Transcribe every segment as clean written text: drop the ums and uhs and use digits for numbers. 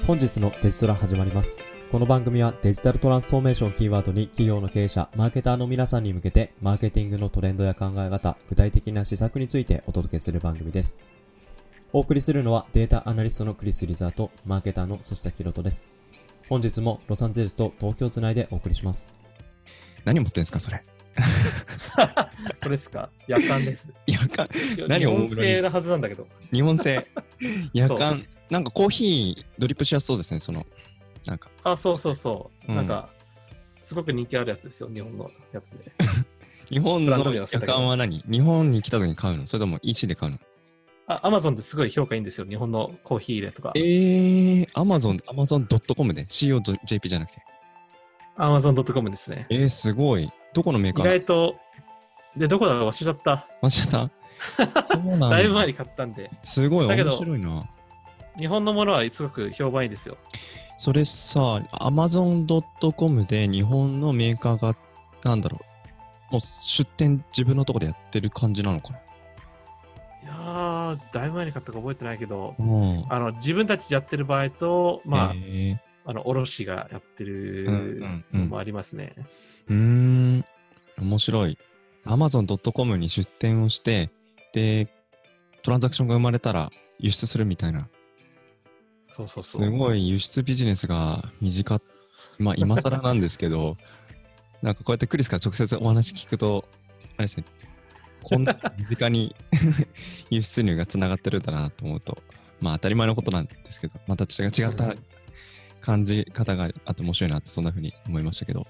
本日のデジトラ始まります。この番組はデジタルトランスフォーメーションキーワードに企業の経営者、マーケターの皆さんに向けてマーケティングのトレンドや考え方、具体的な施策についてお届けする番組です。お送りするのはデータアナリストのクリス・リザーとマーケターの粗下ひろとです。本日もロサンゼルスと東京つないでお送りします。 何持ってんですかそれ。 これですか？夜間です。 夜間。 何を日本製なはずなんだけど。 日本製。夜間。なんかコーヒードリップしやすそうですね。なんか。 そう、なんかすごく人気あるやつですよ。日本のやつで。 日本の夜間は何？日本に来た時に買うの？それとも1で買うの？ アマゾンってすごい評価いいんですよ。日本のコーヒー入れとか。 Amazon.com で CO.jp じゃなくて。 Amazon.com ですね。 すごい。どこのメーカー？ 意外と、で、どこだか忘れちゃった。 そうなんだ。 だいぶ前に買ったんで。 すごい面白いな。 日本のものはすごく評判いいですよ。 それさ、Amazon.com で日本のメーカーが、もう出店自分のところでやってる感じなのかな？ いやー、だいぶ前に買ったか覚えてないけど、自分たちでやってる場合と、卸がやってるのもありますね。 面白い。Amazon.com に出店をして、で、トランザクションが生まれたら輸出するみたいな。 そう。 すごい輸出ビジネスが今更なんですけど、なんかこうやってクリスから直接お話聞くと、あれですね、こんな身近に輸出入がつながってるんだなと思うと、当たり前のことなんですけど、また違った感じ方があって面白いなって、そんな風に思いましたけど、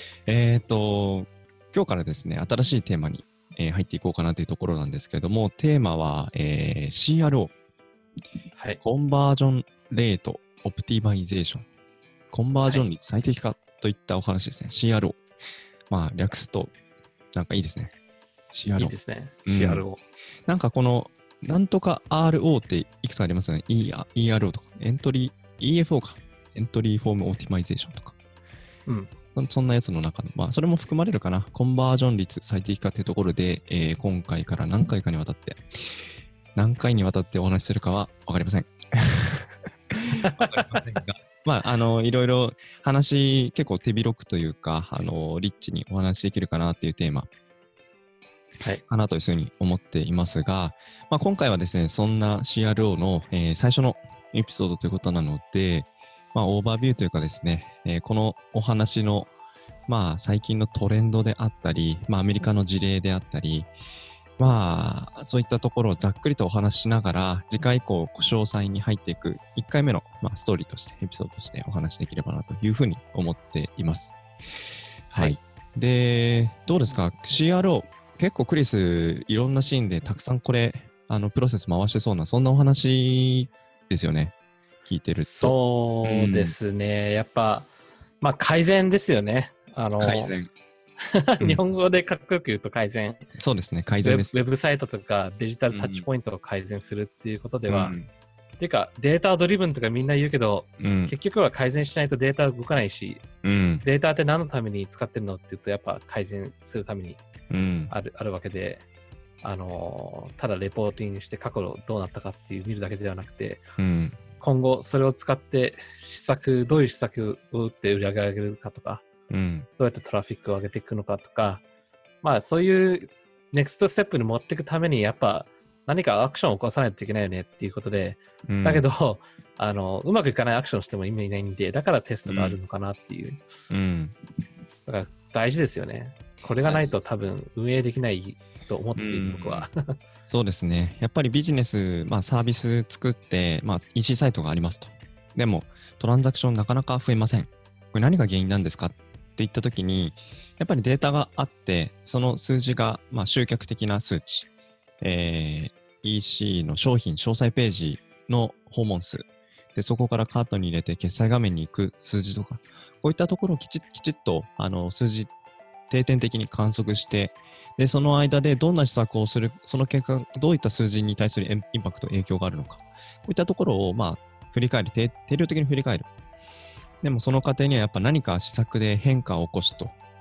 今日からですね、新しいテーマに、入っていこうかなというところなんですけれども、テーマは、CRO、 はい、 コンバージョンレートオプティマイゼーション、コンバージョン率最適化といったお話ですね。CRO。略すと、なんかいいですね。CRO。 いいですね。CRO。 なんかこの、なんとか RO っていくつかありますよね。ERO とか、EFO か。エントリーフォームオプティマイゼーションとか。そんなやつの中の、それも含まれるかな。コンバージョン率最適化というところで、今回から何回にわたってお話しするかはわかりません。わかりませんが、いろいろ話、結構手広くというか、リッチにお話しできるかなっていうテーマかなというふうに思っていますが、今回はですね、そんな CRO の、最初のエピソードということなので、オーバービューというかですね、このお話の、最近のトレンドであったり、アメリカの事例であったり、そういったところをざっくりとお話ししながら、次回以降、詳細に入っていく1回目の、ストーリーとして、エピソードとしてお話しできればなというふうに思っています。はい。で、どうですか？ CRO、結構クリス、いろんなシーンでたくさんこれ、プロセス回してそうな、そんなお話ですよね。聞いてると。 そうですね。やっぱ、改善ですよね。 改善。 日本語でかっこよく言うと改善。 そうですね、改善です。 ウェブサイトとかデジタルタッチポイントを改善するっていうことでは、っていうかデータドリブンとかみんな言うけど、結局は改善しないとデータ動かないし、データって何のために使ってるのって言うとやっぱ改善するためにあるわけで、ただレポーティングして過去どうなったかっていう見るだけではなくて、今後それを使ってどういう施策を打って売り上げを上げるかとか、どうやってトラフィックを上げていくのかとか、そういうネクストステップに持っていくためにやっぱ何かアクションを起こさないといけないよねっていうことで、だけどうまくいかないアクションしても意味ないんで、だからテストがあるのかなっていう、だから大事ですよね。これがないと多分運営できないと思っている、僕は。 そうですね。やっぱりビジネス、サービス作って、EC サイトがありますと。でも、トランザクションなかなか増えません。これ何が原因なんですかって言ったときに、やっぱりデータがあって、その数字が、集客的な数値、EC の商品詳細ページの訪問数、でそこからカートに入れて決済画面に行く数字とか、こういったところをきちっと数字定点的に観測して、でその間でどんな施策をする、その結果どういった数字に対するインパクト、影響があるのか、こういったところを振り返る、定量的に振り返る。でもその過程にはやっぱ何か施策で変化を起こすと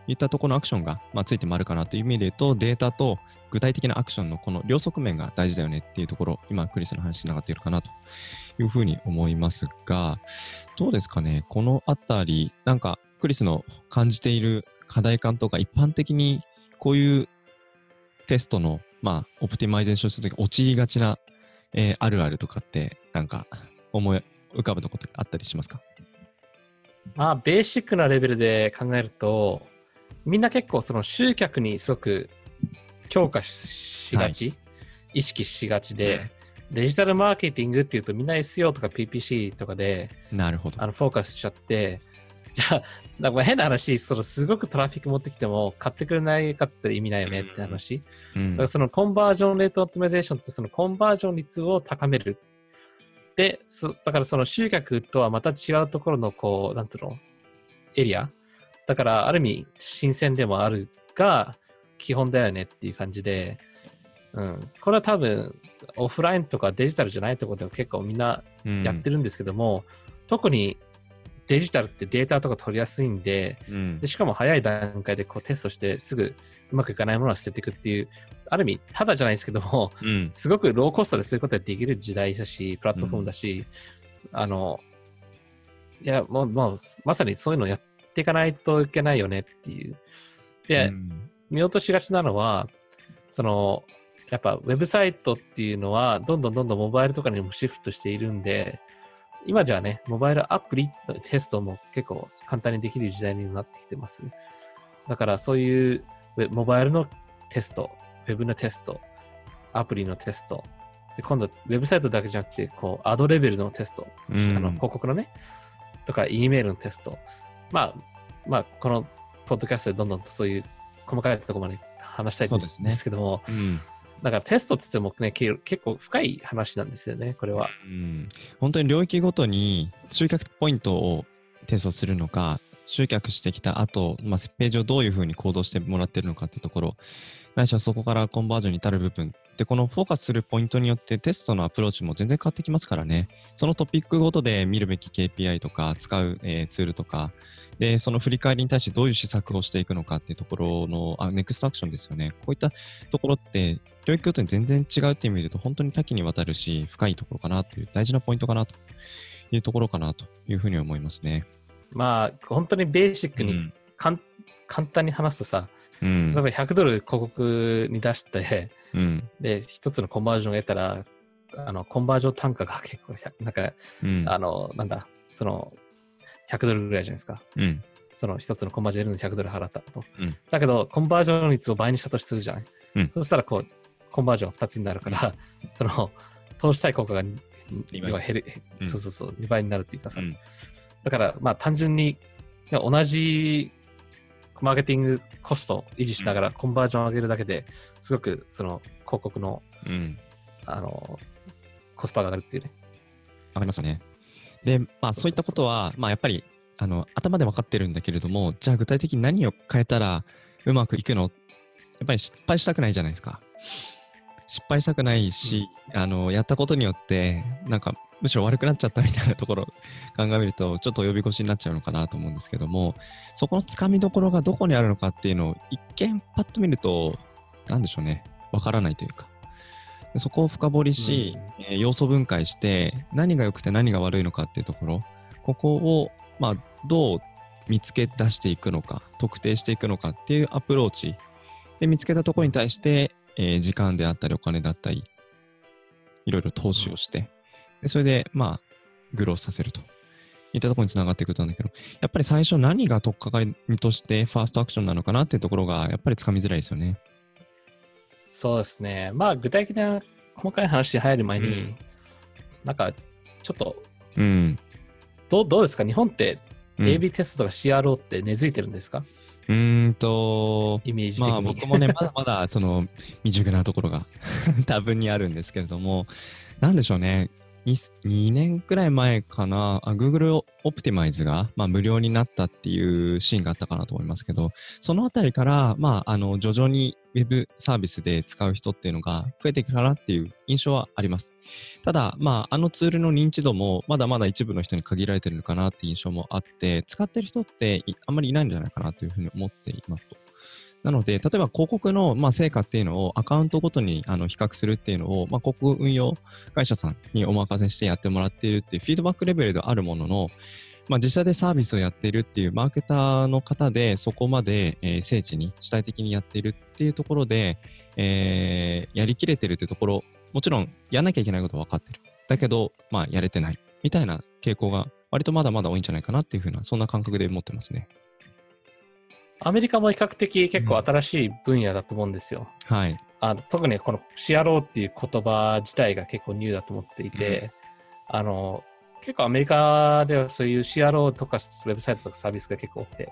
いったところのアクションが、ついて回るかなという意味で言うと、データと具体的なアクションのこの両側面が大事だよねっていうところ、今クリスの話につながっているかなというふうに思いますが、どうですかね、このあたり、なんかクリスの感じている課題感とか、一般的にこういうテストの、オプティマイゼーションするとき陥りがちな、あるあるとかって、なんか思い浮かぶところってあったりしますか？ ベーシックなレベルで考えると、みんな結構その集客にすごく強化しがち、意識しがちで、デジタルマーケティングっていうとみんな SEO とか PPC とかで、 なるほど。 フォーカスしちゃって、じゃあ、なんか変な話、すごくトラフィック持ってきても買ってくれないかったら意味ないよねって話。だからそのコンバージョンレートオプティマイゼーションってそのコンバージョン率を高める。で、だからその集客とはまた違うところのなんていうの、エリア。だからある意味新鮮でもあるが基本だよねっていう感じで、これは多分オフラインとかデジタルじゃないところでも結構みんなやってるんですけども、特にデジタルってデータとか取りやすいんで、でしかも早い段階でテストしてすぐうまくいかないものは捨てていくっていう、ある意味ただじゃないですけども、すごくローコストでそういうことができる時代だし、プラットフォームだし、いやもうまさにそういうのをやっていかないといけないよねっていう。で、見落としがちなのは、やっぱウェブサイトっていうのはどんどんモバイルとかにもシフトしているんで、今じゃね、モバイルアプリのテストも結構簡単にできる時代になってきてます。だからそういうモバイルのテスト、ウェブのテスト、アプリのテスト、で今度ウェブサイトだけじゃなくて、アドレベルのテスト、広告のね、とか E メールのテスト、このポッドキャストでどんどんとそういう細かいところまで話したいんですけども、だからテストって言ってもね、結構深い話なんですよね、これは。 本当に領域ごとに集客ポイントをテストするのか、集客してきた後、ページをどういうふうに行動してもらっているのかっていうところ、ないしはそこからコンバージョンに至る部分で、このフォーカスするポイントによってテストのアプローチも全然変わってきますからね。そのトピックごとで見るべき KPI とか使う、ツールとかで、その振り返りに対してどういう施策をしていくのかっていうところのネクストアクションですよね。こういったところって領域ごとに全然違うっていう意味で言うと本当に多岐にわたるし深いところかなという大事なポイントかなというところかなというふうに思いますね。 本当にベーシックに、簡単に話すとさ、例えば$100広告に出して、で、一つのコンバージョンを得たら、コンバージョン単価が結構、その、$100ぐらいじゃないですか。その一つのコンバージョン得るのに$100払ったと。だけど、コンバージョン率を倍にしたとするじゃない。そしたら、コンバージョン2つになるから、その、投資対効果が2倍減る。2倍になるっていうかさ。だから、単純に、同じマーケティングコストを維持しながらコンバージョンを上げるだけですごくその広告の、コスパが上がるっていうね。 わかりますよね。で、そういったことは、やっぱり頭で分かってるんだけれども、じゃあ具体的に何を変えたらうまくいくの？やっぱり失敗したくないじゃないですか。失敗したくないし、やったことによってなんかむしろ悪くなっちゃったみたいなところを考えるとちょっと及び腰になっちゃうのかなと思うんですけども、そこのつかみどころがどこにあるのかっていうのを一見パッと見るとなんでしょうね、わからないというか、そこを深掘りし、要素分解して何が良くて何が悪いのかっていうところ、ここをどう見つけ出していくのか、特定していくのかっていうアプローチで、見つけたところに対して時間であったりお金だったりいろいろ投資をして、でそれでグロースさせるといったところにつながっていくと思うんだけど、やっぱり最初何が取っかかりとしてファーストアクションなのかなっていうところがやっぱりつかみづらいですよね。 そうですね。具体的な細かい話に入る前に、なんかちょっと、どうですか、日本って AB テストとか CRO って根付いてるんですか？イメージ的に。 僕もね、まだその未熟なところが多分にあるんですけれども、なんでしょうね。 2年くらい前かな、Google Optimize が、無料になったっていうシーンがあったかなと思いますけど、そのあたりから、徐々に Web サービスで使う人っていうのが増えてきたなっていう印象はあります。ただ、ツールの認知度もまだまだ一部の人に限られてるのかなっていう印象もあって、使ってる人ってあんまりいないんじゃないかなというふうに思っていますと。なので、例えば広告の成果っていうのをアカウントごとに比較するっていうのを、広告運用会社さんにお任せしてやってもらっているっていうフィードバックレベルであるものの、自社でサービスをやっているっていうマーケターの方でそこまで、精緻に主体的にやっているっていうところで、やりきれてるっていうところ、もちろんやんなきゃいけないことは分かってる。だけど、やれてないみたいな傾向が割とまだまだ多いんじゃないかなっていうふうな、そんな感覚で持ってますね。 アメリカも比較的結構新しい分野だと思うんですよ。 はい。 特にこのCROっていう言葉自体が結構ニューだと思っていて、結構アメリカではそういう CRO とかウェブサイトとかサービスが結構多くて、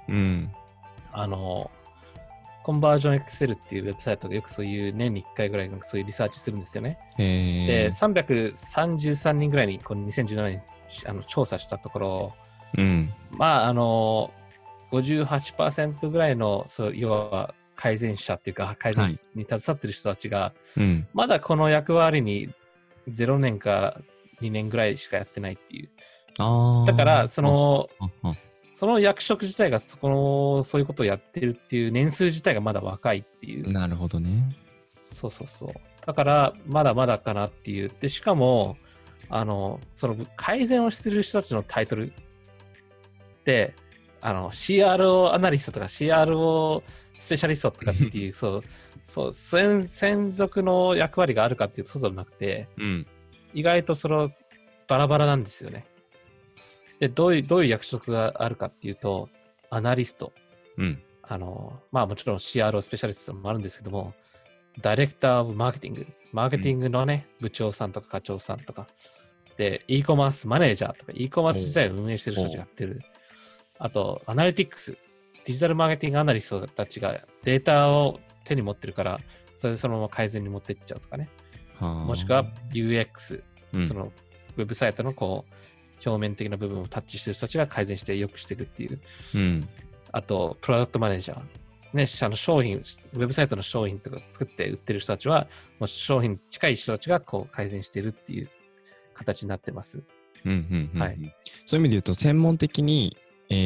コンバージョンエクセルっていうウェブサイトがよくそういう年に1回ぐらいそういうリサーチするんですよね。で、333人ぐらいにこの2017年調査したところ、58% ぐらいの要は改善者っていうか改善に携わってる人たちが、まだこの役割に0年から2年ぐらいしかやってないっていう。だからその役職自体がそういうことをやってるっていう年数自体がまだ若いっていう。 なるほどね。 そう。だからまだまだかなっていう。でしかもその改善をしてる人たちのタイトルでCRO アナリストとか CRO スペシャリストとかっていう専属の役割があるかっていうとそうでもなくて、意外とバラバラなんですよね。でどういう役職があるかっていうとアナリスト、もちろん CRO スペシャリストもあるんですけども、ダイレクターオブマーケティングのね、部長さんとか課長さんとかで e コマースマネージャーとか e コマース自体を運営してる人たちがやってる。あと、アナリティクス、デジタルマーケティングアナリストたちがデータを手に持ってるから、それでそのまま改善に持っていっちゃうとかね。もしくは UX、そのウェブサイトの表面的な部分をタッチしてる人たちが改善して良くしていくっていう。あと、プロダクトマネージャー。ね、商品、ウェブサイトの商品とか作って売ってる人たちは、もう商品近い人たちが改善しているっていう形になってます。 そういう意味で言うと、専門的に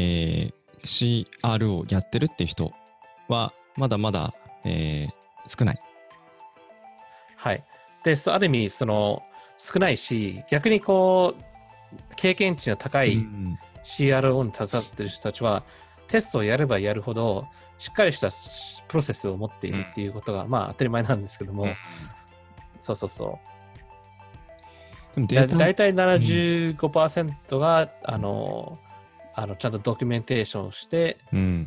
CR をやってるっていう人はまだまだ、少ない。 はい。で、ある意味少ないし、逆に経験値の高い CRO に携わってる人たちは、テストをやればやるほどしっかりしたプロセスを持っているっていうことが、当たり前なんですけども、そう。だいたい 75% が、ちゃんとドキュメンテーションをして、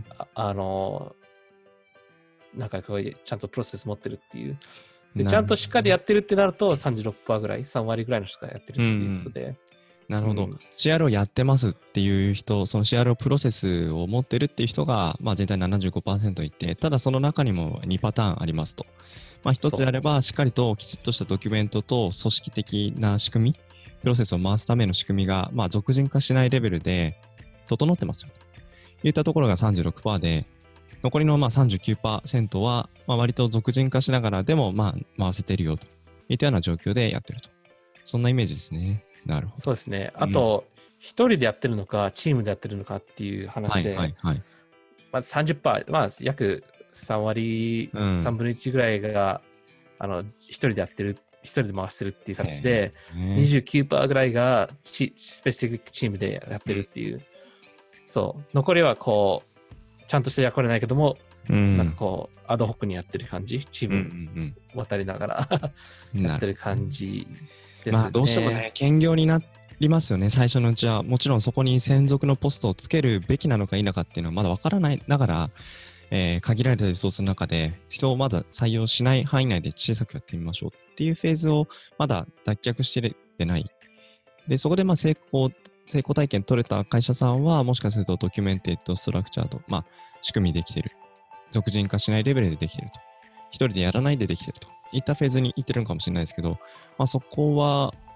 なんかちゃんとプロセス持ってるっていう。で、ちゃんとしっかりやってるってなると 36% ぐらい、3割ぐらいの人がやってるっていうことで。 なるほど。CRO やってますっていう人、その CRO プロセスを持ってるっていう人が、全体 75% いて、ただその中にも2パターンありますと。一つであれば、しっかりときちっとしたドキュメントと組織的な仕組み、プロセスを回すための仕組みが、俗人化しないレベルで整ってますよといったところが 36% で、残りの39% は、割と俗人化しながらでも、回せてるよといったような状況でやってると。そんなイメージですね。なるほど。 そうですね。あと、一人でやってるのか、チームでやってるのかっていう話で、30%、約3割、3分の1ぐらいが、一人でやってる、一人で回してるっていう形で、29% ぐらいがスペシフィックチームでやってるっていう。そう。残りはちゃんとした役割ないけども、なんかアドホックにやってる感じ、チーム渡りながらやってる感じですね。 どうしてもね、兼業になりますよね、最初のうちは。もちろんそこに専属のポストをつけるべきなのか否かっていうのはまだ分からないながら、限られたリソースの中で人をまだ採用しない範囲内で小さくやってみましょうっていうフェーズをまだ脱却してない。で、そこで成功体験取れた会社さんは、もしかするとドキュメンテッド、ストラクチャーと、仕組みできてる。俗人化しないレベルでできてると。一人でやらないでできてるといったフェーズにいってるのかもしれないですけど、そこは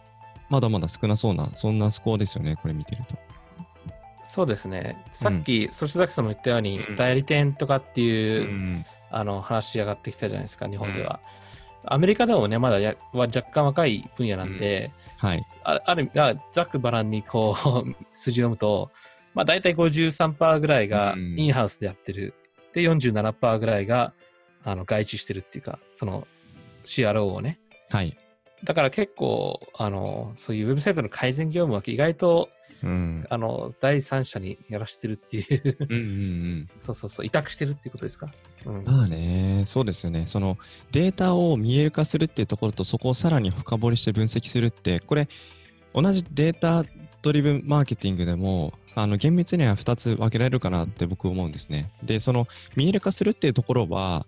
まだまだ少なそうな、そんなスコアですよね、これ見てると。 そうですね。さっき、そしてザキさんも言ったように、代理店とかっていう、話上がってきたじゃないですか、日本では。アメリカでもね、まだ若干若い分野なんで、あるざっくばらんにこう、数字を読むと、まあ大体 53% ぐらいがインハウスでやってる。で、47% ぐらいが外注してるっていうか、その CRO をね。 はい。 だから結構、そういうウェブサイトの改善業務は意外と、第三者にやらしてるっていうそう委託してるっていうことですか。 まあね、そうですよね。そのデータを見える化するっていうところと、そこをさらに深掘りして分析するって、これ同じデータドリブンマーケティングでも厳密には2つ分けられるかなって僕思うんですね。で、その見える化するっていうところは、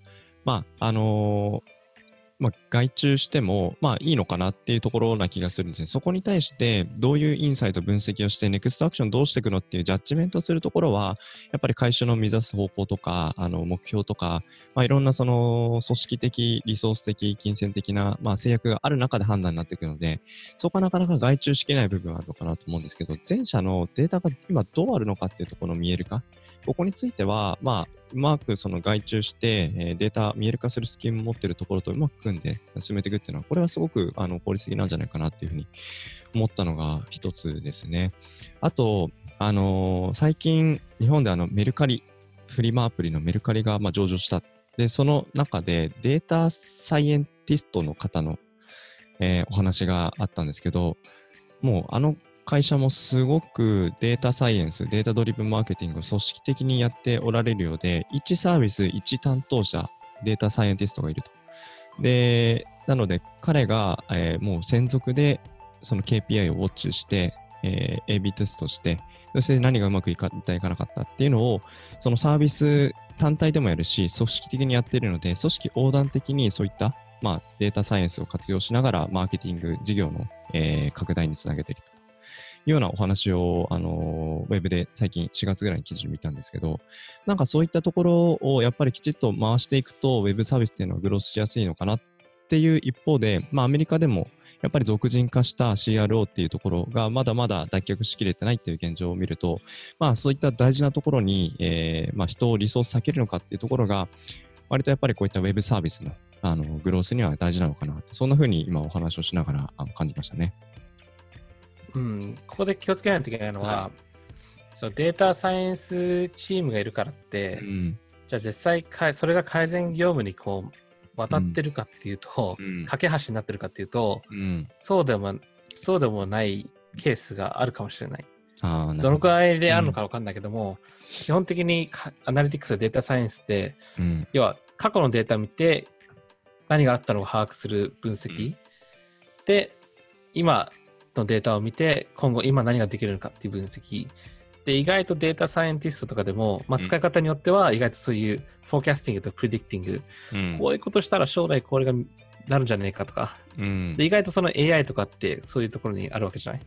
外注しても、いいのかなっていうところな気がするんですね。そこに対して、どういうインサイト分析をして、ネクストアクションどうしていくのっていうジャッジメントをするところは、やっぱり会社の目指す方向とか、目標とか、いろんなその組織的、リソース的、金銭的な、制約がある中で判断になっていくので、そこはなかなか外注しきれない部分はあるのかなと思うんですけど、前者のデータが今どうあるのかっていうところの見える化、ここについては、うまくその外注して、データ見える化するスキームを持っているところとうまく組んで進めていくっていうのは、これはすごく効率的なんじゃないかなっていうふうに思ったのが一つですね。あと、最近日本でメルカリ、フリマアプリのメルカリが上場した。で、その中でデータサイエンティストの方の、お話があったんですけど、もう会社もすごくデータサイエンス、データドリブンマーケティングを組織的にやっておられるようで、1サービス1担当者、データサイエンティストがいると。で、なので彼が、もう専属でその KPI をウォッチして、AB テストして、そして何がうまくいかなかったっていうのを、そのサービス単体でもやるし、組織的にやっているので、組織横断的にそういったデータサイエンスを活用しながら、マーケティング事業の、拡大につなげていくというようなお話を、ウェブで最近4月ぐらいに記事を見たんですけど、なんかそういったところをやっぱりきちっと回していくと、ウェブサービスっていうのはグロスしやすいのかなっていう一方で、アメリカでもやっぱり俗人化した CRO っていうところがまだまだ脱却しきれてないっていう現状を見ると、そういった大事なところに、人をリソース避けるのかっていうところが、割とやっぱりこういったウェブサービスのグロースには大事なのかなって、そんな風に今お話をしながら感じましたね。 ここで気をつけないといけないのは、そのデータサイエンスチームがいるからって、じゃあ実際それが改善業務にこう渡ってるかっていうと、架け橋になってるかっていうと、そうでもないケースがあるかもしれない。どのくらいであるのか分かんないけども、基本的にアナリティクスやデータサイエンスって、要は過去のデータを見て何があったのか把握する分析、で今のデータを見て今何ができるのかっていう分析で、意外とデータサイエンティストとかでも、使い方によっては意外とそういうフォーキャスティングとプレディクティング、こういうことしたら将来これがなるんじゃねえかとか、で意外とその AI とかってそういうところにあるわけじゃない、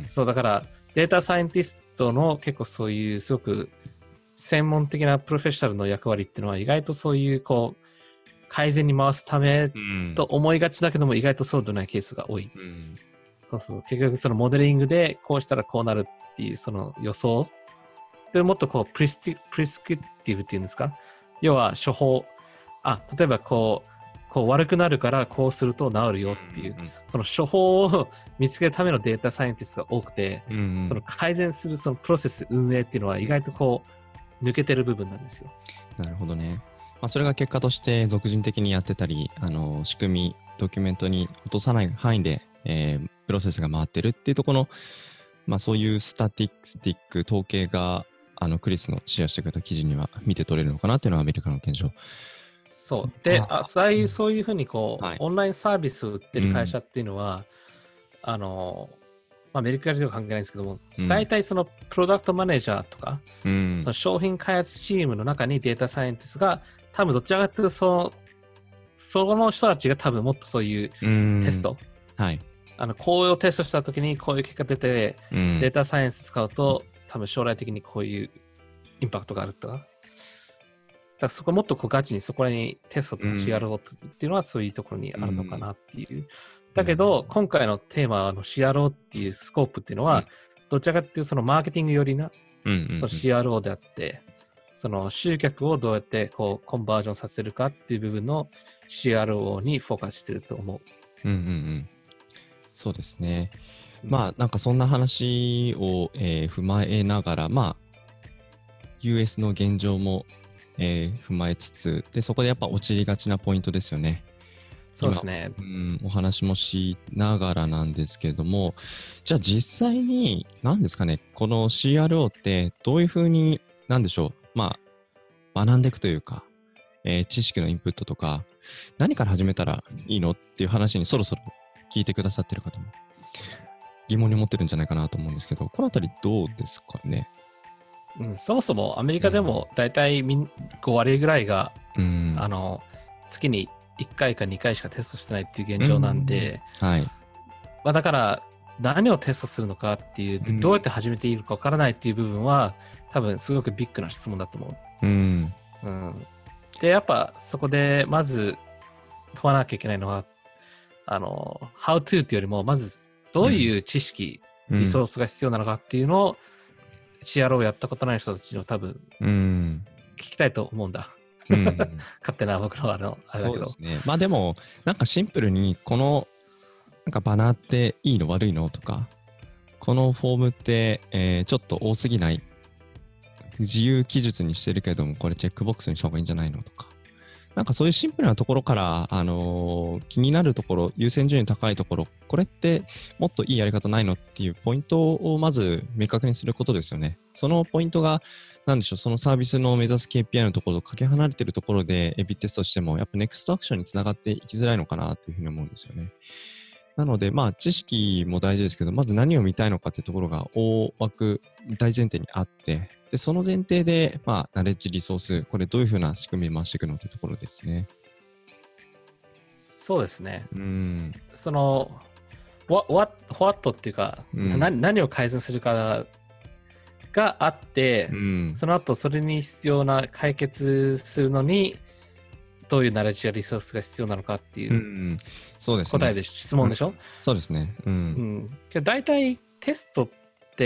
そうだからデータサイエンティストの結構そういうすごく専門的なプロフェッショナルの役割っていうのは意外とそういうこう改善に回すためと思いがちだけども、意外とそうでないケースが多い。結局そのモデリングでこうしたらこうなるっていうその予想で、もっとこうプリスクリティブっていうんですか、要は処方、例えばこう悪くなるからこうすると治るよっていう、その処方を見つけるためのデータサイエンティストが多くて、その改善するそのプロセス運営っていうのは意外とこう抜けてる部分なんですよ。 なるほどね。それが結果として俗人的にやってたり、仕組みドキュメントに落とさない範囲でプロセスが回ってるっていうところの、そういうスタティック統計がクリスのシェアしてくれた記事には見て取れるのかなっていうのがアメリカの現状。 そうで、そういうふうにこう、オンラインサービスを売ってる会社っていうのは、アメリカでは関係ないんですけども、大体そのプロダクトマネージャーとか、その商品開発チームの中にデータサイエンティストが多分どちらかというとその人たちが多分もっとそういうテスト、こういうテストしたときにこういう結果出て、データサイエンス使うと多分将来的にこういうインパクトがあるとか、だからそこもっとこうガチにそこにテストとか CRO っていうのはそういうところにあるのかなっていうだけど、今回のテーマの CRO っていうスコープっていうのは、どちらかっていうそのマーケティング寄りな、その CRO であって、その集客をどうやってこうコンバージョンさせるかっていう部分の CRO にフォーカスしてると思う。 そうですね。まあなんかそんな話を、踏まえながら、まあ US の現状も、踏まえつつ、でそこでやっぱ落ちがちなポイントですよね。 そうですね。 お話もしながらなんですけれども、じゃあ実際に何ですかね、この CRO ってどういうふうに、なんでしょう、まあ学んでいくというか、知識のインプットとか、何から始めたらいいのっていう話にそろそろ聞いてくださってる方も疑問に思ってるんじゃないかなと思うんですけど、このあたりどうですかね。 そもそもアメリカでもだいたい5割ぐらいが、月に1回か2回しかテストしてないっていう現状なんで、だから何をテストするのかっていう、どうやって始めていいのかわからないっていう部分は多分すごくビッグな質問だと思う。で、やっぱそこでまず問わなきゃいけないのは、how to っていうよりも、まずどういう知識、リソースが必要なのかっていうのを CRO をやったことない人たちの多分聞きたいと思うんだ。勝手な僕のあれだけど。 そうですね。まあでもなんかシンプルにこのなんかバナーっていいの悪いのとか、このフォームって、ちょっと多すぎない、自由記述にしてるけどもこれチェックボックスにした方がいいんじゃないのとか、なんかそういうシンプルなところから、気になるところ、優先順位高いところ、これってもっといいやり方ないのっていうポイントをまず明確にすることですよね。そのポイントが、なんでしょう、そのサービスの目指す KPI のところとかけ離れてるところでエビテストしても、やっぱネクストアクションにつながっていきづらいのかなというふうに思うんですよね。なので、まあ、知識も大事ですけど、まず何を見たいのかっていうところが大枠、大前提にあって、で、その前提で、まあ、ナレッジリソース、これどういうふうな仕組みに回していくのっていうところですね。 そうですね。その、what っていうか、何を改善するかがあって、その後それに必要な解決するのに、どういうナレッジやリソースが必要なのかっていう答えで質問でしょ。 そうですね。 大体テストって、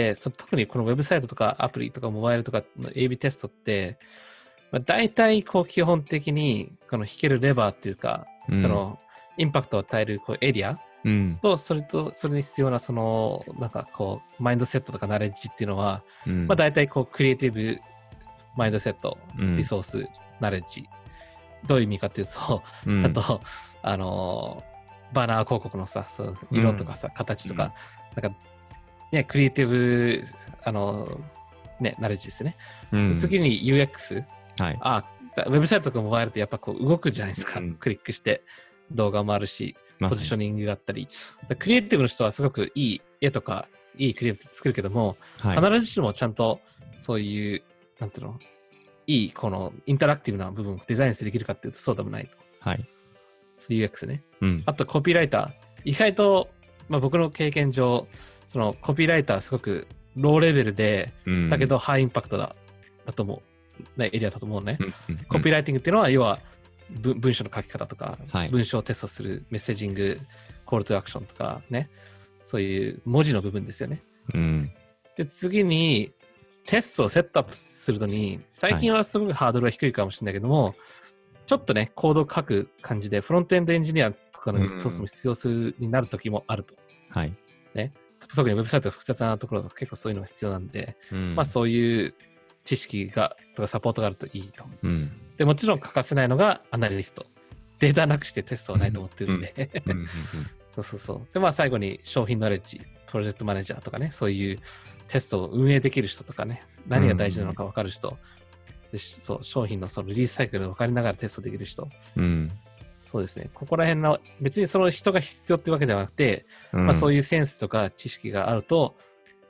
特にこのウェブサイトとかアプリとかモバイルとかの AB テストって、大体こう基本的にこの引けるレバーっていうか、そのインパクトを与えるこうエリアと、それに必要なそのなんかこうマインドセットとかナレッジっていうのは、大体こうクリエイティブマインドセット、リソース、ナレッジ。どういう意味かっていうと、ちゃんと、バナー広告のさ、色とかさ、形とか、なんか、ね、クリエイティブ、ナレッジですね。次に UX。ウェブサイトとかモバイルってやっぱこう動くじゃないですか。クリックして、動画もあるし、ポジショニングがあったり。クリエイティブの人はすごくいい絵とか、いいクリエイティブ作るけども、必ずしもちゃんとそういう、なんていうの、いいこのインタラクティブな部分をデザインできるかっていうとそうでもないと。UX ね。あとコピーライター。意外と、僕の経験上、そのコピーライターすごくローレベルで、だけどハイインパクトだと思う、エリアだと思うね。コピーライティングっていうのは要は文章の書き方とか、文章をテストするメッセージング、コールトゥアクションとかね、そういう文字の部分ですよね。で、次に、テストをセットアップするのに、最近はすごくハードルが低いかもしれないけども、ちょっとね、コードを書く感じで、フロントエンドエンジニアとかのリソースも必要になる時もあると。ね、特にウェブサイトが複雑なところとか結構そういうのが必要なんで、そういう知識がとかサポートがあるといいと。で、もちろん欠かせないのがアナリスト。データなくしてテストはないと思ってるんで。で、最後に商品ナレッジ、プロジェクトマネージャーとかね、そういうテストを運営できる人とかね、何が大事なのか分かる人、商品のそのリリースサイクルを分かりながらテストできる人、そうですね、ここら辺の別にその人が必要ってわけじゃなくて、そういうセンスとか知識があると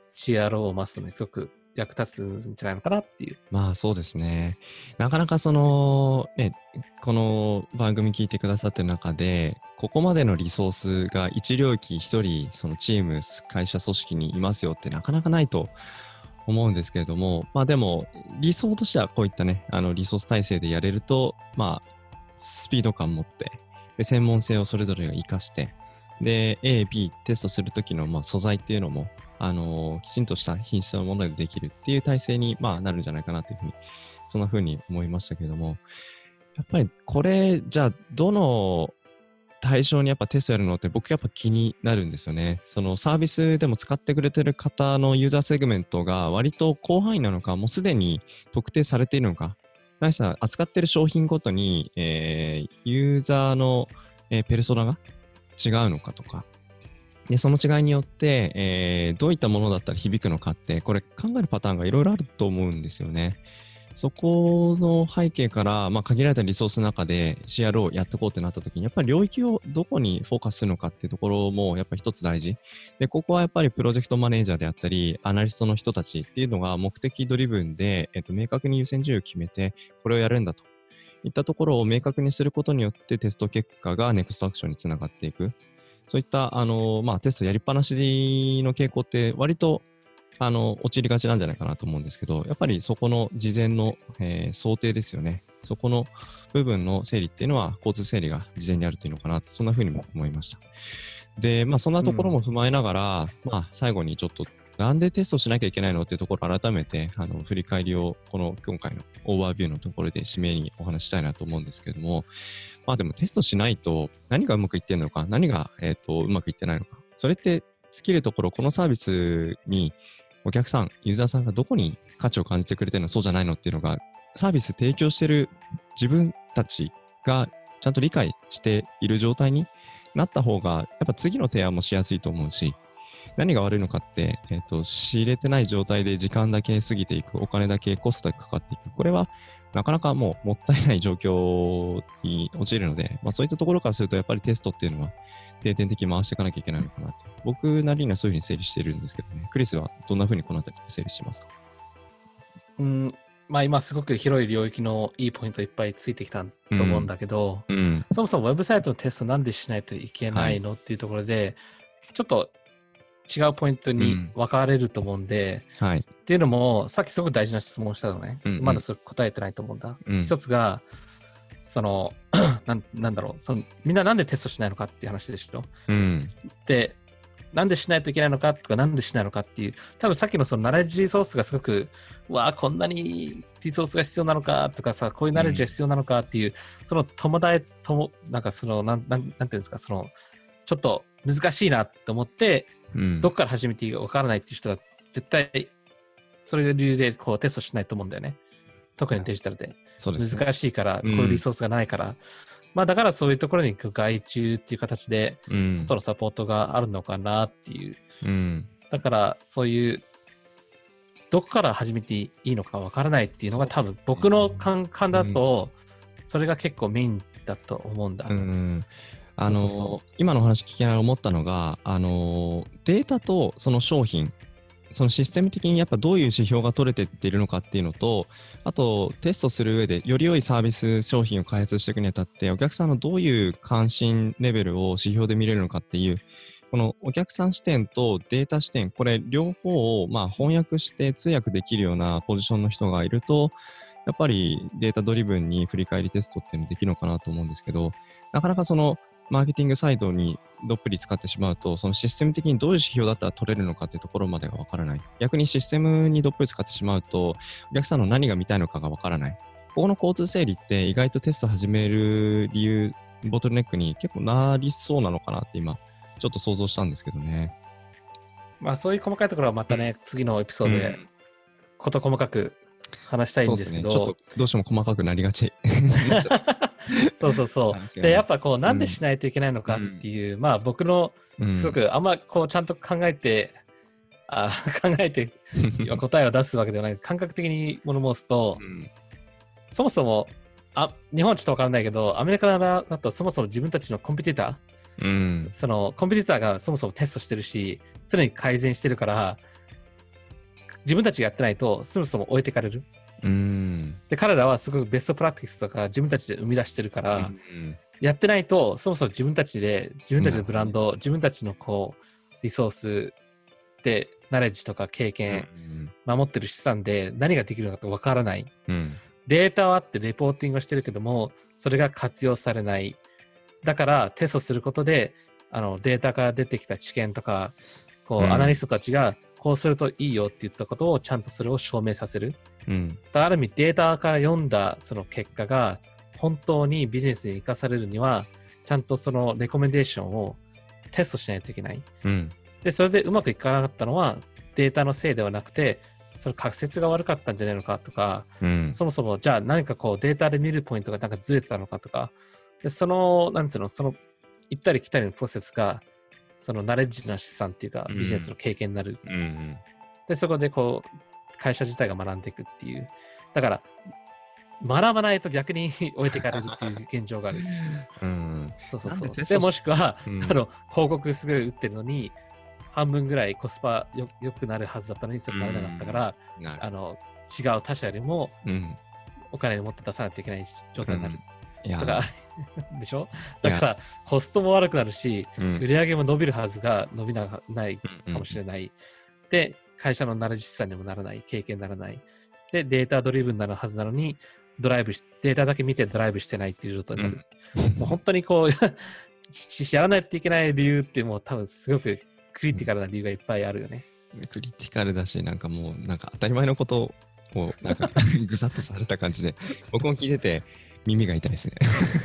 CRO を増すのにすごく役立つんじゃないのかなっていう。 そうですね。なかなかそのね、この番組聞いてくださってる中で、ここまでのリソースが一領域一人、そのチーム、会社組織にいますよってなかなかないと思うんですけれども、でも理想としてはこういったね、リソース体制でやれると、スピード感持って、で専門性をそれぞれが活かして、 で、A、B テストするときの、素材っていうのも、きちんとした品質のものでできるっていう体制に、なるんじゃないかなというふうに、そんなふうに思いましたけども、やっぱりこれ、じゃあ、どの対象にやっぱテストやるのって僕やっぱ気になるんですよね。そのサービスでも使ってくれてる方のユーザーセグメントが割と広範囲なのか、もうすでに特定されているのか、ないしは扱ってる商品ごとに、ユーザーの、ペルソナが違うのかとか、でその違いによって、どういったものだったら響くのかって、これ考えるパターンがいろいろあると思うんですよね。そこの背景から、限られたリソースの中で CRO をやっていこうってなった時に、やっぱり領域をどこにフォーカスするのかっていうところもやっぱり一つ大事。で、ここはやっぱりプロジェクトマネージャーであったり、アナリストの人たちっていうのが目的ドリブンで、明確に優先順位を決めて、これをやるんだといったところを明確にすることによってテスト結果がネクストアクションにつながっていく。そういったテストやりっぱなしの傾向って割と陥りがちなんじゃないかなと思うんですけど、やっぱりそこの事前の、想定ですよね。そこの部分の整理っていうのは交通整理が事前にあるというのかなと、そんな風にも思いました。で、そんなところも踏まえながら、最後にちょっとなんでテストしなきゃいけないのっていうところを改めて振り返りを今回のオーバービューのところで締めにお話ししたいなと思うんですけども、でもテストしないと何がうまくいってるのか、何が、うまくいってないのか、それって尽きるところ、このサービスにお客さん、ユーザーさんがどこに価値を感じてくれてるの、そうじゃないのっていうのが、サービス提供してる自分たちがちゃんと理解している状態になった方が、やっぱ次の提案もしやすいと思うし、何が悪いのかって、仕入れてない状態で時間だけ過ぎていく、お金だけコストだけかかっていく。これはなかなかもうもったいない状況に陥るので、そういったところからするとやっぱりテストっていうのは定点的に回していかなきゃいけないのかなって。僕なりにはそういうふうに整理してるんですけどね。クリスはどんなふうにこのあたりって整理してますか？ 今すごく広い領域のいいポイントいっぱいついてきたと思うんだけど、そもそもウェブサイトのテストなんでしないといけないの、っていうところで、ちょっと違うポイントに分かれると思うんで、っていうのも、さっきすごく大事な質問をしたのね。まだそれ答えてないと思うんだ。一つが、なんだろう、みんななんでテストしないのかっていう話でしょ。で、なんでしないといけないのかとか、なんでしないのかっていう、多分さっきのナレッジリソースがすごく、こんなにリソースが必要なのかとかさ、こういうナレッジが必要なのかっていう、なんていうんですか、ちょっと難しいなと思って、どっから始めていいか分からないっていう人が絶対それが理由でテストしないと思うんだよね。特にデジタルで。難しいから、こういうリソースがないから。だからそういうところに外注っていう形で、外のサポートがあるのかなっていう。だからそういう、どこから始めていいのか分からないっていうのが多分僕の感だと、それが結構メインだと思うんだ。 今の話聞きながら思ったのが、データとその商品、そのシステム的にやっぱどういう指標が取れてっているのかっていうのと、あとテストする上でより良いサービス商品を開発していくにあたって、お客さんのどういう関心レベルを指標で見れるのかっていう、このお客さん視点とデータ視点、これ両方を翻訳して通訳できるようなポジションの人がいると、やっぱりデータドリブンに振り返りテストっていうのできるのかなと思うんですけど、なかなかマーケティングサイドにどっぷり使ってしまうと、そのシステム的にどういう指標だったら取れるのかっていうところまでがわからない。逆にシステムにどっぷり使ってしまうと、お客さんの何が見たいのかがわからない。ここの交通整理って意外とテスト始める理由、ボトルネックに結構なりそうなのかなって今、ちょっと想像したんですけどね。 そういう細かいところはまたね、次のエピソードで事細かく話したいんですけど、 ちょっとどうしても細かくなりがち。 そう。で、やっぱなんでしないといけないのかっていう、僕のすごくあんまちゃんと考えて答えを出すわけではない。感覚的に物申すと、そもそも日本はちょっとわからないけど、アメリカだとそもそも自分たちのコンペティター、コンペティターがそもそもテストしてるし、常に改善してるから、自分たちがやってないとそもそも置いてかれる。で、彼らはすごくベストプラクティスとか自分たちで生み出してるから、やってないとそもそも自分たちのブランド、自分たちのリソースでナレッジとか経験、守ってる資産で何ができるのかわからない。データはあってレポーティングをしてるけども、それが活用されない。だからテストすることでデータから出てきた知見とか、こう、アナリストたちがこうするといいよって言ったことをちゃんとそれを証明させる。ある意味データから読んだその結果が本当にビジネスに生かされるには、ちゃんとそのレコメンデーションをテストしないといけない。で、それでうまくいかなかったのはデータのせいではなくて、その仮説が悪かったんじゃないのかとか、そもそもじゃあ何かこうデータで見るポイントがなんかずれてたのかとか、でその、なんていうの、その行ったり来たりのプロセスが、そのナレッジな資産っていうか、ビジネスの経験になる。で、そこでこう、会社自体が学んでいくっていう。だから、学ばないと逆に置いていかれるっていう現状がある。そうそうそう。で、もしくは、広告すごい打ってるのに、半分ぐらいコスパ良くなるはずだったのに、それならなかったから、違う他社よりも、お金を持って出さないといけない状態になる。だからでしょ。だからコストも悪くなるし、売り上げも伸びるはずが伸びないかもしれない。で、会社のナレッジ資産にもならない、経験にならない。で、データドリブンになるはずなのに、データだけ見てドライブしてないっていう状態になる。もう本当にこうやらないといけない理由ってもう多分すごくクリティカルな理由がいっぱいあるよね。 クリティカルだし、なんかもうなんか当たり前のことをなんかぐさっとされた感じで、僕も聞いてて耳が痛いですね。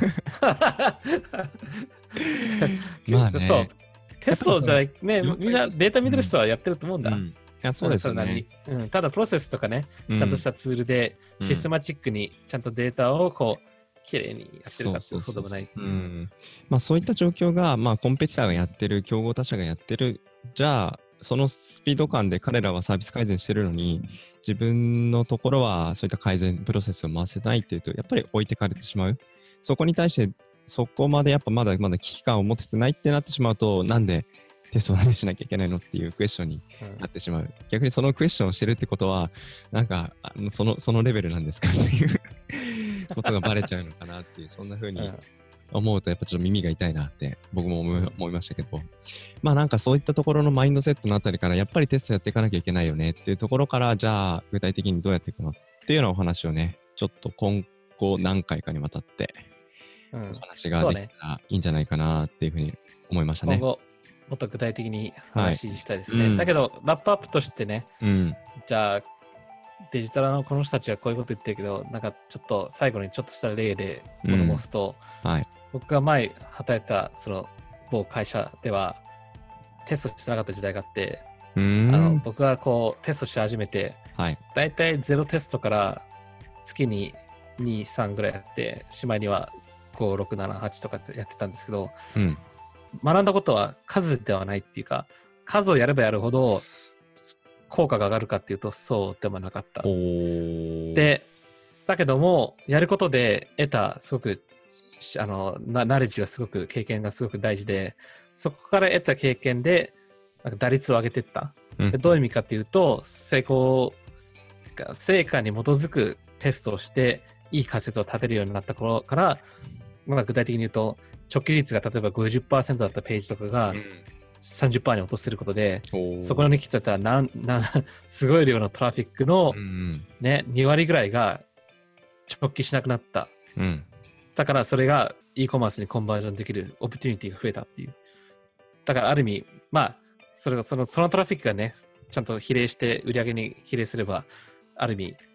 まあね。そう。テストじゃないね、みんなデータ見てる人はやってると思うんだ。 いや、そうですよね。 ただプロセスとかね、ちゃんとしたツールでシステマチックにちゃんとデータをこうきれいにやってるかってそうでもない。 まあそういった状況がまあコンペティターがやってる、競合他社がやってる、じゃあそのスピード感で彼らはサービス改善してるのに、自分のところはそういった改善プロセスを回せないっていうと、やっぱり置いてかれてしまう。そこに対してそこまでやっぱまだ危機感を持ててないってなってしまうと、なんでテスト何しなきゃいけないのっていうクエスチョンになってしまう。逆にそのクエスチョンをしてるってことは、なんかそのレベルなんですかっていうことがバレちゃうのかなっていう、そんな風に思うとやっぱちょっと耳が痛いなって僕も思いましたけど、まあなんかそういったところのマインドセットのあたりからやっぱりテストやっていかなきゃいけないよねっていうところから、じゃあ具体的にどうやっていくのっていうようなお話をね、ちょっと今後何回かにわたってお話ができたらいいんじゃないかなっていうふうに思いましたね。 今後もっと具体的に話したいですね。だけどラップアップとしてね、じゃあデジタルのこの人たちはこういうこと言ってるけど、なんかちょっと最後にちょっとした例で物申すと、僕が前働いたその某会社ではテストしてなかった時代があって、僕がこうテストし始めて、だいたい0テストから月に2、3ぐらいやって、しまいには5、6、7、8とかやってたんですけど、学んだことは数ではないっていうか、数をやればやるほど効果が上がるかっていうとそうでもなかった。で、だけどもやることで得たすごくナレッジがすごく経験がすごく大事で、そこから得た経験でなんか打率を上げていった。どういう意味かっていうと、成果に基づくテストをしていい仮説を立てるようになった頃から、まあ、具体的に言うと直帰率が例えば 50% だったページとかが 30% に落とせることで、そこに来てたすごい量のトラフィックの、ね、2割ぐらいが直帰しなくなった。だからそれが e コマースにコンバージョンできるオプティニティが増えたっていう。だからある意味、まあ、そのトラフィックがね、ちゃんと比例して売り上げに比例すれば、ある意味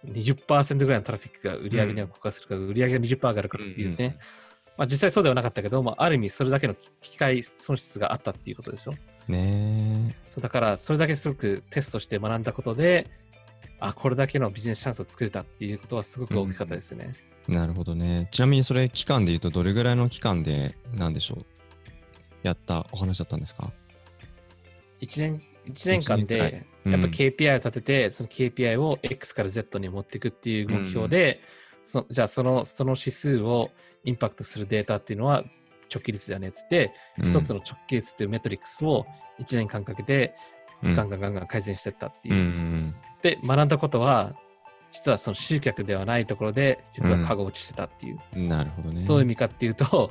20% ぐらいのトラフィックが売り上げには効果するから、売り上げが 20% 上がるからっていうね。まあ実際そうではなかったけど、まあある意味それだけの機械損失があったっていうことですよ。そうだからそれだけすごくテストして学んだことで、これだけのビジネスチャンスを作れたっていうことはすごく大きかったですね。 なるほどね。ちなみにそれ期間で言うとどれぐらいの期間でなんでしょう、やったお話だったんですか ？1年間でやっぱ KPI を立てて、その KPI を X から Z に持っていくっていう目標で、じゃあその指数をインパクトするデータっていうのは直帰率だよねっつって、一つの直帰率っていうメトリックスを1年間かけてガンガン改善していったっていう。で、学んだことは実はその集客ではないところで実はカゴ落ちしてたっていう。 なるほどね。 どういう意味かっていうと、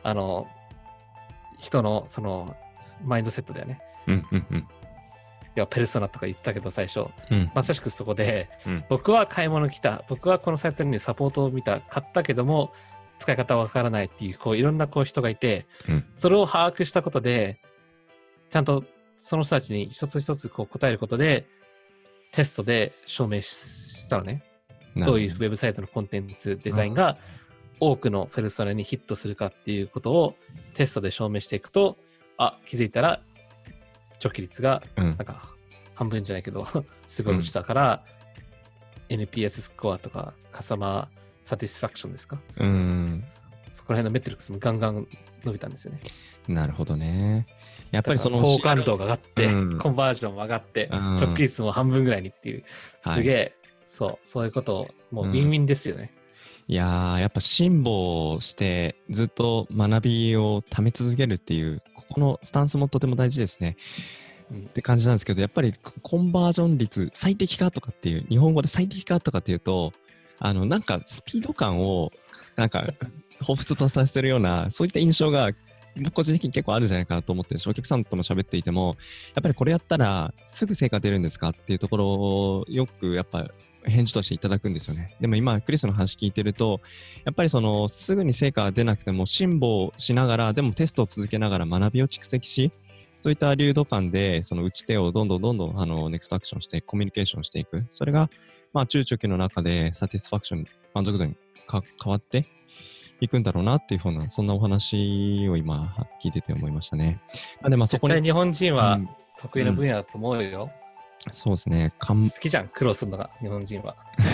人のそのマインドセットだよね。いやペルソナとか言ってたけど最初、まさしくそこで、僕は買い物来た、僕はこのサイトにサポートを買ったけども使い方わからないっていう、いろんな人がいて、それを把握したことで、ちゃんとその人たちに一つ一つ答えることで、テストで証明したのね。どういうウェブサイトのコンテンツデザインが多くのペルソナにヒットするかっていうことをテストで証明していくと、気づいたら直帰率がなんか半分じゃないけどすごい落ちたから、NPS スコアとかカスタマーサティスファクションですか、そこら辺のメトリックスもガンガン伸びたんですよね。 なるほどね。やっぱりその好感度が上がって、コンバージョンも上がって、直帰率も半分ぐらいにっていう、すげえ、そういうことを、もうウィンウィンですよね。 いやー、やっぱ辛抱してずっと学びをため続けるっていう、ここのスタンスもとても大事ですね。って感じなんですけど、やっぱりコンバージョン率最適化とかっていう、日本語で最適化とかっていうと、なんかスピード感をなんか彷彿とさせるような、そういった印象が僕個人的に結構あるんじゃないかなと思ってるし、お客さんとも喋っていても、やっぱりこれやったらすぐ成果出るんですかっていうところをよくやっぱ返事としていただくんですよね。でも今クリスの話聞いてると、やっぱりそのすぐに成果が出なくても辛抱しながら、でもテストを続けながら学びを蓄積し、そういった流動感でその打ち手をどんどんネクストアクションしてコミュニケーションしていく。それが中長期の中でサティスファクション、満足度に変わっていくんだろうなっていうふうな、そんなお話を今聞いてて思いましたね。でそこに絶対日本人は得意な分野だと思うよ。 そうですね。 好きじゃん、苦労するのが、日本人は。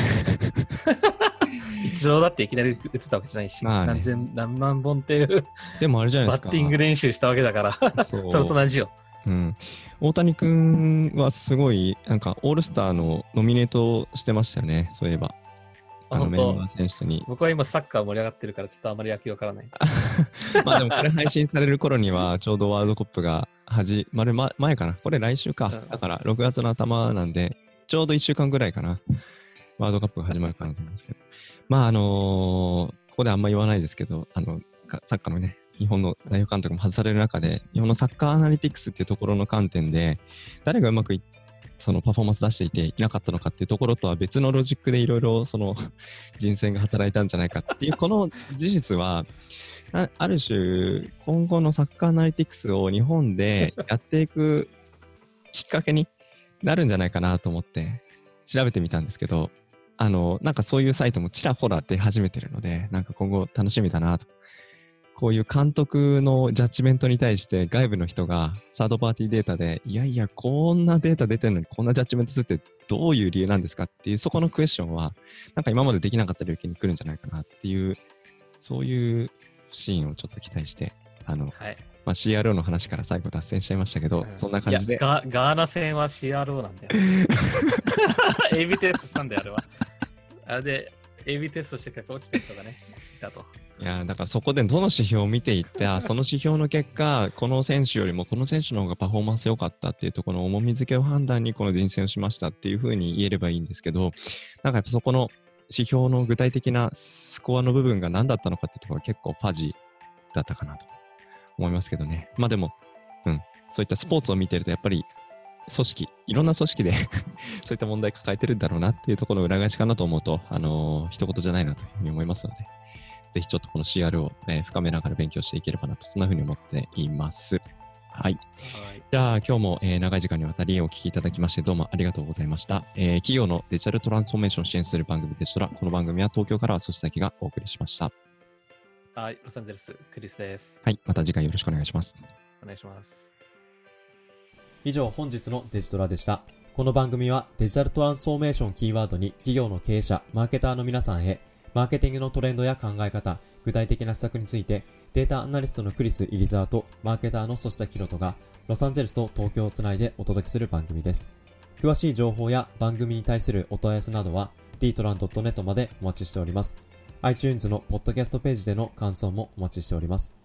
一郎だっていきなり打ってたわけじゃないし、何万本っていうでもあれじゃないですか、 バッティング練習したわけだからそれと同じよ。 大谷君はすごいなんかオールスターのノミネートしてましたよね、そういえば。メンバー選手に。 僕は今サッカー盛り上がってるからちょっとあまり野球わからない。 でもこれ配信される頃にはちょうどワールドカップが始まる前かな。これ来週か。だから6月の頭なんで、ちょうど1週間ぐらいかな。ワールドカップが始まるかなと思うんですけど。ここであんま言わないですけど、サッカーのね、日本の代表監督も外される中で、日本のサッカーアナリティクスっていうところの観点で、誰がうまくそのパフォーマンス出していていなかったのかっていうところとは別のロジックでいろいろその人選が働いたんじゃないかっていうこの事実はある種今後のサッカーアナリティクスを日本でやっていくきっかけになるんじゃないかなと思って調べてみたんですけど、なんかそういうサイトもちらほら出始めてるので、なんか今後楽しみだなと。こういう監督のジャッジメントに対して外部の人がサードパーティーデータでいやこんなデータ出てるのにこんなジャッジメントするってどういう理由なんですかっていうそこのクエスチョンはなんか今までできなかった領域に来るんじゃないかなっていうそういうシーンをちょっと期待してCRO の話から最後脱線しちゃいましたけど、そんな感じでガーナ戦は CRO なんだよAB テストしたんだよあれは。あれで AB テストしてから落ちた人がねいたと。 いやだからそこでどの指標を見ていってその指標の結果この選手よりもこの選手の方がパフォーマンス良かったっていうところの重み付けを判断にこの人選をしましたっていうふうに言えればいいんですけど、なんかやっぱそこの指標の具体的なスコアの部分が何だったのかっていうところが結構ファジーだったかなと思いますけどね。でもそういったスポーツを見てるとやっぱり組織いろんな組織でそういった問題抱えてるんだろうなっていうところの裏返しかなと思うと一言じゃないなというふうに思いますので、ぜひちょっとこの CR を、深めながら勉強していければなと、そんな風に思っています。はい。じゃあ今日も、長い時間にわたりお聞きいただきましてどうもありがとうございました。企業のデジタルトランスフォーメーションを支援する番組でしたら、この番組は東京からは組織がお送りしました。 はい、ロサンゼルス、クリスです。 はい、また次回よろしくお願いします。 お願いします。 以上本日のデジトラでした。この番組はデジタルトランスフォーメーションキーワードに企業の経営者、マーケターの皆さんへ、マーケティングのトレンドや考え方、具体的な施策について、データアナリストのクリス・入澤とマーケターの曽下博人が、ロサンゼルスと東京をつないでお届けする番組です。詳しい情報や番組に対するお問い合わせなどは、dtran.net までお待ちしております。iTunes のポッドキャストページでの感想もお待ちしております。